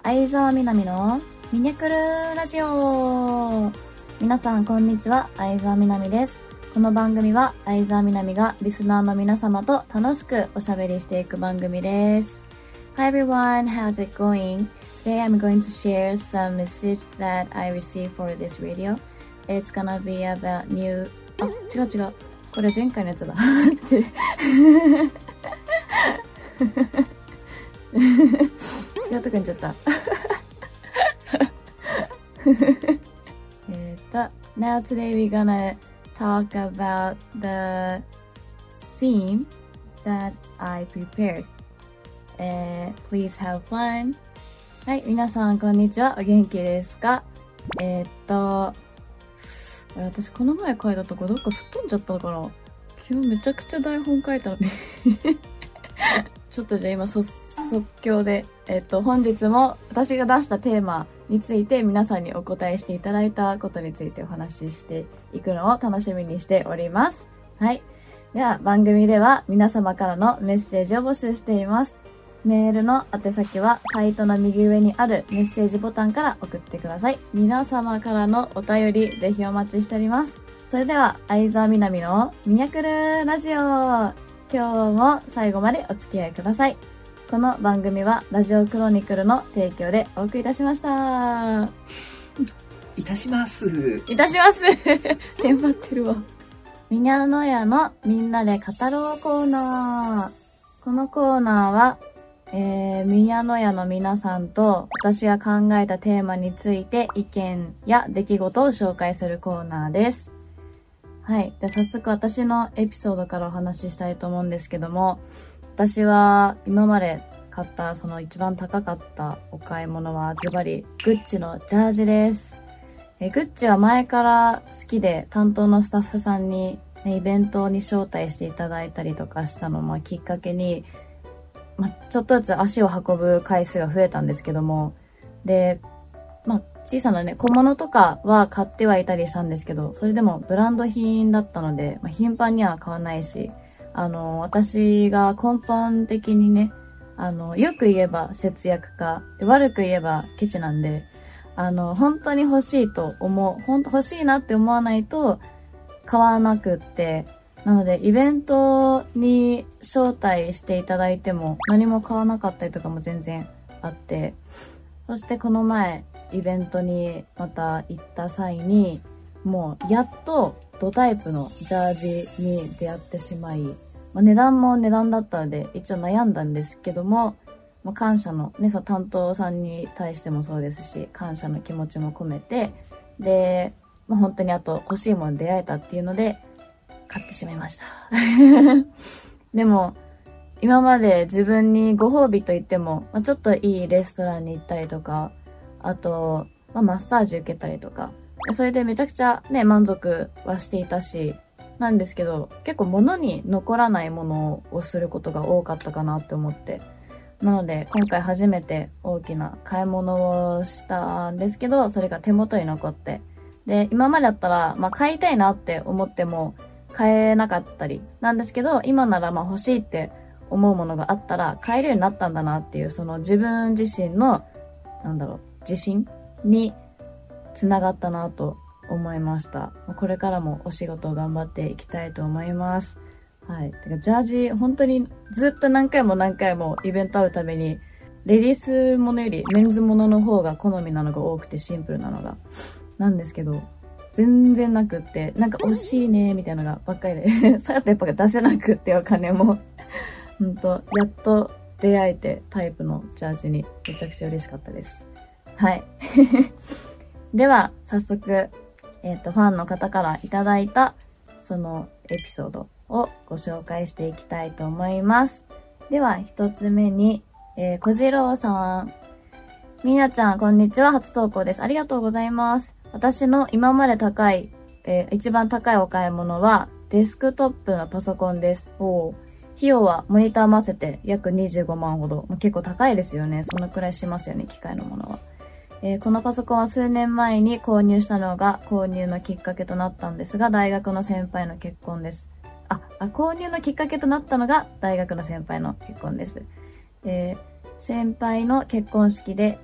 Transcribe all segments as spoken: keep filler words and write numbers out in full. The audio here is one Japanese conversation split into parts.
相沢みなみのミニャクルラジオ。皆さんこんにちは、相沢みなみです。この番組は相沢みなみがリスナーの皆様と楽しくおしゃべりしていく番組です。Hi everyone, how's it going? Today I'm going to share some message that I received for this radio. It's gonna be about new... あ、違う違う。これ前回のやつだ。って違うとこに行っちゃった。えっと、Now today we're gonna talk about the theme that I prepared. Uh, please have fun. はい、皆さんこんにちは。お元気ですか？えー、っと、私この前書いたとこどっか吹っ飛んじゃったのかな？今日めちゃくちゃ台本書いたのに。ちょっとじゃあ今即興で、えっと、本日も私が出したテーマについて皆さんにお答えしていただいたことについてお話ししていくのを楽しみにしております。はい。では、番組では皆様からのメッセージを募集しています。メールの宛先はサイトの右上にあるメッセージボタンから送ってください。皆様からのお便りぜひお待ちしております。それでは、相沢みなみのミニャクルラジオ。今日も最後までお付き合いください。この番組はラジオクロニクルの提供でお送りいたしました。 いたします。 いたします。テンパってるわ。みにゃのやのみんなで語ろうコーナー。このコーナーは、えー、みにゃのやの皆さんと私が考えたテーマについて意見や出来事を紹介するコーナーです。はい。で、早速私のエピソードからお話ししたいと思うんですけども、私は今まで買ったその一番高かったお買い物はズバリグッチのジャージです。え、グッチは前から好きで担当のスタッフさんに、ね、イベントに招待していただいたりとかしたのもきっかけに、ま、ちょっとずつ足を運ぶ回数が増えたんですけども、で、まあ、小さなね、小物とかは買ってはいたりしたんですけど、それでもブランド品だったので、まあ、頻繁には買わないし、あの、私が根本的にね、あの、よく言えば節約家、悪く言えばケチなんで、あの、本当に欲しいと思う、本当欲しいなって思わないと買わなくって、なので、イベントに招待していただいても何も買わなかったりとかも全然あって、そしてこの前、イベントにまた行った際に、もうやっとドタイプのジャージに出会ってしまい、まあ、値段も値段だったので一応悩んだんですけども、まあ、感謝のね、そう担当さんに対してもそうですし、感謝の気持ちも込めて、で、まあ、本当にあと欲しいものに出会えたっていうので、買ってしまいました。でも、今まで自分にご褒美と言っても、まあ、ちょっといいレストランに行ったりとか、あと、まあ、マッサージ受けたりとか、それでめちゃくちゃね、満足はしていたし、なんですけど、結構物に残らないものをすることが多かったかなって思って。なので、今回初めて大きな買い物をしたんですけど、それが手元に残って。で、今までだったら、まあ、買いたいなって思っても、買えなかったりなんですけど、今ならまあ欲しいって思うものがあったら、買えるようになったんだなっていう、その自分自身の、なんだろう、自信につながったなと思いました。これからもお仕事を頑張っていきたいと思います。はい。てか、ジャージ、本当にずっと何回も何回もイベントあるために、レディースものよりメンズものの方が好みなのが多くてシンプルなのが。なんですけど、全然なくって、なんか惜しいねみたいなのがばっかりで、そうやってやっぱ出せなくってお金も、ほんと、やっと出会えてタイプのジャージにめちゃくちゃ嬉しかったです。はい。では、早速、えっと、ファンの方からいただいた、そのエピソードをご紹介していきたいと思います。では、一つ目に、えー、小次郎さん。みなちゃん、こんにちは。初投稿です。ありがとうございます。私の今まで高い、えー、一番高いお買い物は、デスクトップのパソコンです。おー。費用はモニター合わせて約にじゅうごまんほど。結構高いですよね。そのくらいしますよね、機械のものは。えー、このパソコンは数年前に購入したのが購入のきっかけとなったんですが、大学の先輩の結婚です。あ、あ購入のきっかけとなったのが大学の先輩の結婚です。えー、先輩の結婚式で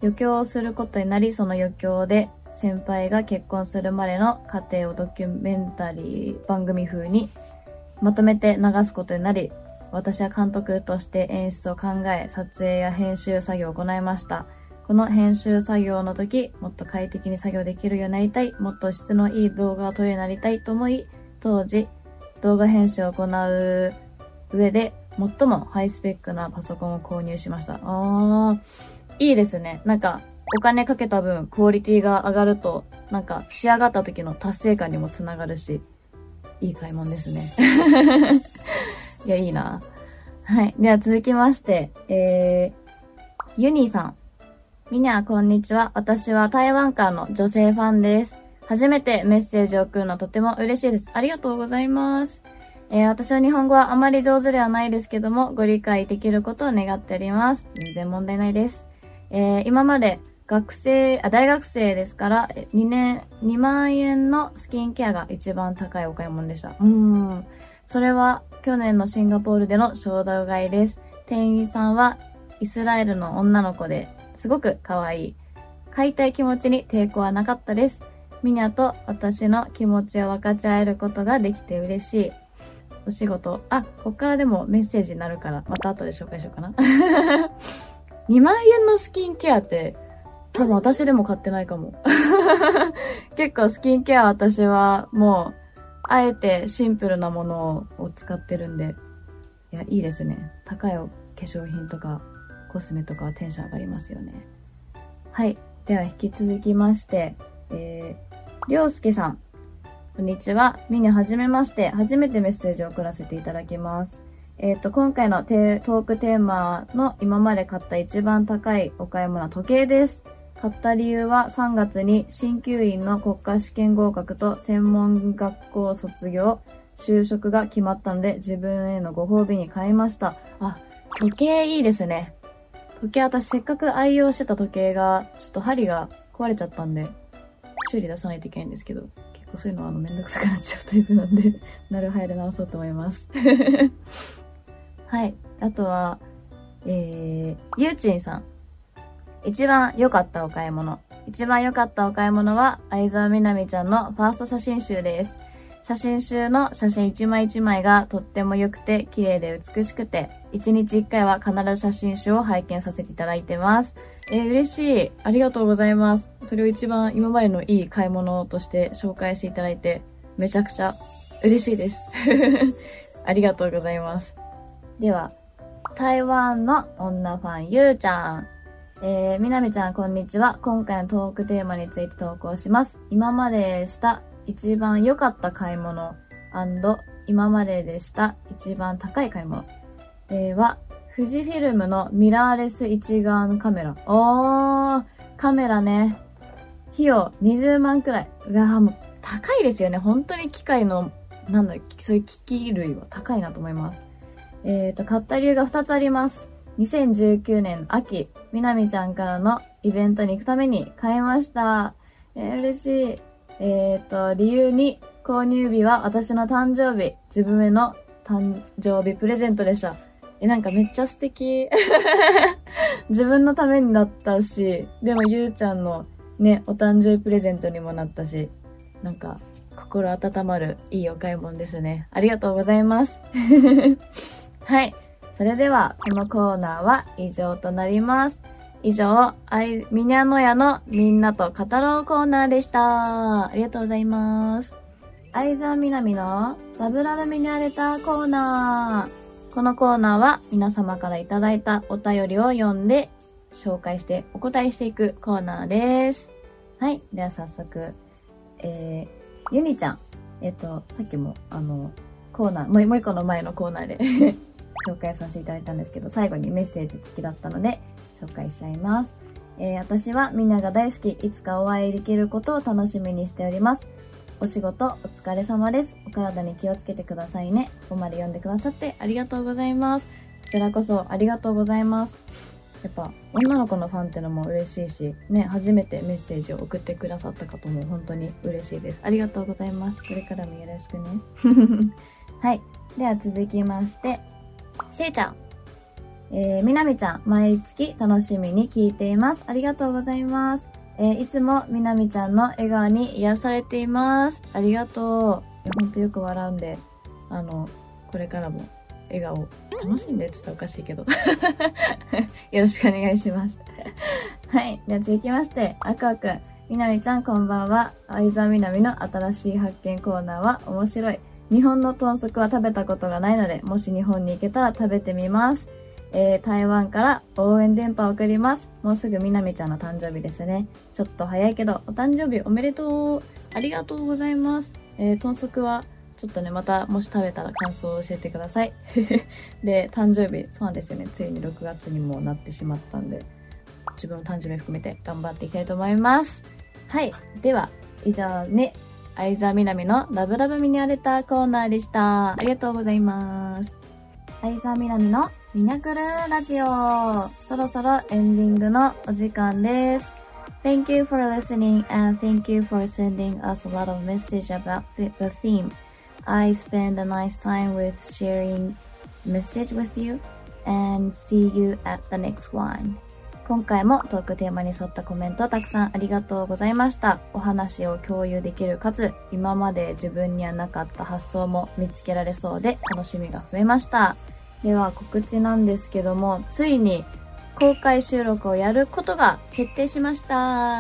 余興をすることになり、その余興で先輩が結婚するまでの過程をドキュメンタリー番組風にまとめて流すことになり、私は監督として演出を考え、撮影や編集作業を行いました。この編集作業の時、もっと快適に作業できるようになりたい、もっと質のいい動画を撮るようになりたいと思い、当時、動画編集を行う上で、最もハイスペックなパソコンを購入しました。あー、いいですね。なんか、お金かけた分、クオリティが上がると、なんか、仕上がった時の達成感にもつながるし、いい買い物ですね。いや、いいな。はい。では続きまして、えー、ユニーさん。みにゃ、こんにちは。私は台湾からの女性ファンです。初めてメッセージを送るのはとても嬉しいです。ありがとうございます。えー、私は日本語はあまり上手ではないですけども、ご理解できることを願っております。全然問題ないです。えー、今まで学生、あ、大学生ですから、にねん、にまんえんのスキンケアが一番高いお買い物でした。うーん。それは去年のシンガポールでの衝動買いです。店員さんはイスラエルの女の子ですごく可愛い。買いたい気持ちに抵抗はなかったです。ミニャと私の気持ちを分かち合えることができて嬉しい。お仕事、あ、こっからでもメッセージになるから、また後で紹介しようかな。にまんえんのスキンケアって、多分私でも買ってないかも。結構スキンケア私はもう、あえてシンプルなものを使ってるんで、いや、いいですね。高い化粧品とかコスメとかはテンション上がりますよね。はい。では引き続きまして、えー、りょうすけさん。こんにちは。みにはじめまして。初めてメッセージを送らせていただきます。えっと、今回のテトークテーマの今まで買った一番高いお買い物は時計です。買った理由はさんがつに鍼灸院の国家試験合格と専門学校卒業、就職が決まったので自分へのご褒美に買いました。あ、時計いいですね。時計私せっかく愛用してた時計がちょっと針が壊れちゃったんで修理出さないといけないんですけど、結構そういうのはあのめんどくさくなっちゃうタイプなんでなるはやで直そうと思います。はい。あとは、えー、ゆうちんさん。一番良かったお買い物。一番良かったお買い物は、相沢みなみちゃんのファースト写真集です。写真集の写真一枚一枚がとっても良くて、綺麗で美しくて、一日一回は必ず写真集を拝見させていただいてます。えー、嬉しい。ありがとうございます。それを一番今までのいい買い物として紹介していただいて、めちゃくちゃ嬉しいです。ありがとうございます。では、台湾の女ファンゆうちゃん。えー、みなみちゃんこんにちは。今回のトークテーマについて投稿します。今まででした一番良かった買い物&今まででした一番高い買い物、えー、は、富士フィルムのミラーレス一眼カメラ。おー、カメラね。費用にじゅうまんくらい。うわー、もう高いですよね。本当に機械の、なんだ、そういう機器類は高いなと思います。えーと、買った理由がふたつあります。にせんじゅうきゅうねん秋、みなみちゃんからのイベントに行くために買いました。えー、嬉しい。えーと、理由に、購入日は私の誕生日、自分への誕生日プレゼントでした。え、なんかめっちゃ素敵。自分のためになったし、でもゆうちゃんのね、お誕生日プレゼントにもなったし、なんか心温まるいいお買い物ですね。ありがとうございます。はい。それでは、このコーナーは以上となります。以上、あい、みにゃのやのみんなと語ろうコーナーでした。ありがとうございます。相沢みなみのラブラブミニャレターコーナー。このコーナーは皆様からいただいたお便りを読んで紹介してお答えしていくコーナーです。はい。では早速、えー、ゆにちゃん。えっと、さっきもあの、コーナー、もう、もう一個の前のコーナーで紹介させていただいたんですけど、最後にメッセージ付きだったので紹介しちゃいます。えー、私はみんなが大好き、いつかお会いできることを楽しみにしております。お仕事お疲れ様です。お体に気をつけてくださいね。ここまで読んでくださってありがとうございます。こちらこそありがとうございます。やっぱ女の子のファンってのも嬉しいし、ね、初めてメッセージを送ってくださった方も本当に嬉しいです。ありがとうございます。これからもよろしくね。はい。では続きまして、せいちゃん。 えー、みなみちゃん、毎月楽しみに聞いています。ありがとうございます。えー、いつもみなみちゃんの笑顔に癒されています。ありがとう。ほんとよく笑うんで、あの、これからも笑顔、楽しんでって言ったらおかしいけど。よろしくお願いします。はい。では続きまして、あくあくん。みなみちゃんこんばんは。相沢みなみの新しい発見コーナーは面白い。日本の豚足は食べたことがないので、もし日本に行けたら食べてみます。えー、台湾から応援電波を送ります。もうすぐみなみちゃんの誕生日ですね。ちょっと早いけど、お誕生日おめでとう。ありがとうございます。えー、豚足は、ちょっとね、また、もし食べたら感想を教えてください。で、誕生日、そうなんですよね。ついにろくがつにもなってしまったんで、自分の誕生日含めて頑張っていきたいと思います。はい。では、以上ね、相沢みなみのラブラブミニアレターコーナーでした。ありがとうございます。相沢みなみのミニャクルラジオ。そろそろエンディングのお時間です。Thank you for listening and thank you for sending us a lot of message about the theme.I spend a nice time with sharing message with you and see you at the next one. 今回もトークテーマに沿ったコメントたくさんありがとうございました。お話を共有できるかつ、今まで自分にはなかった発想も見つけられそうで楽しみが増えました。では告知なんですけども、ついに公開収録をやることが決定しました。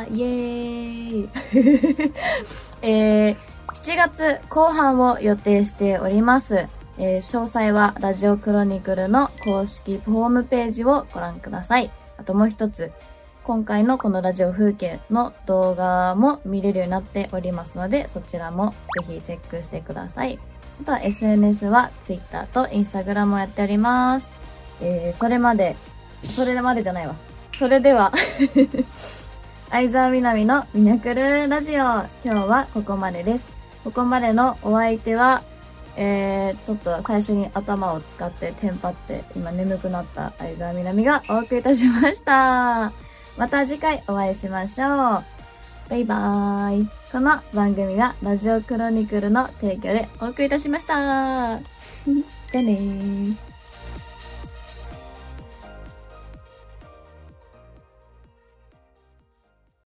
イエーイえーしちがつこう半を予定しております。えー、詳細はラジオクロニクルの公式ホームページをご覧ください。あともう一つ、今回のこのラジオ風景の動画も見れるようになっておりますので、そちらもぜひチェックしてください。あとは エスエヌエス は Twitter と Instagram をやっております。えー、それまで、それまでじゃないわ。それでは、相沢みなみのミニャクルラジオ。今日はここまでです。ここまでのお相手は、えー、ちょっと最初に頭を使ってテンパって今眠くなった相沢みなみがお送りいたしました。また次回お会いしましょう。バイバーイ。この番組はラジオクロニクルの提供でお送りいたしました。じゃあねー。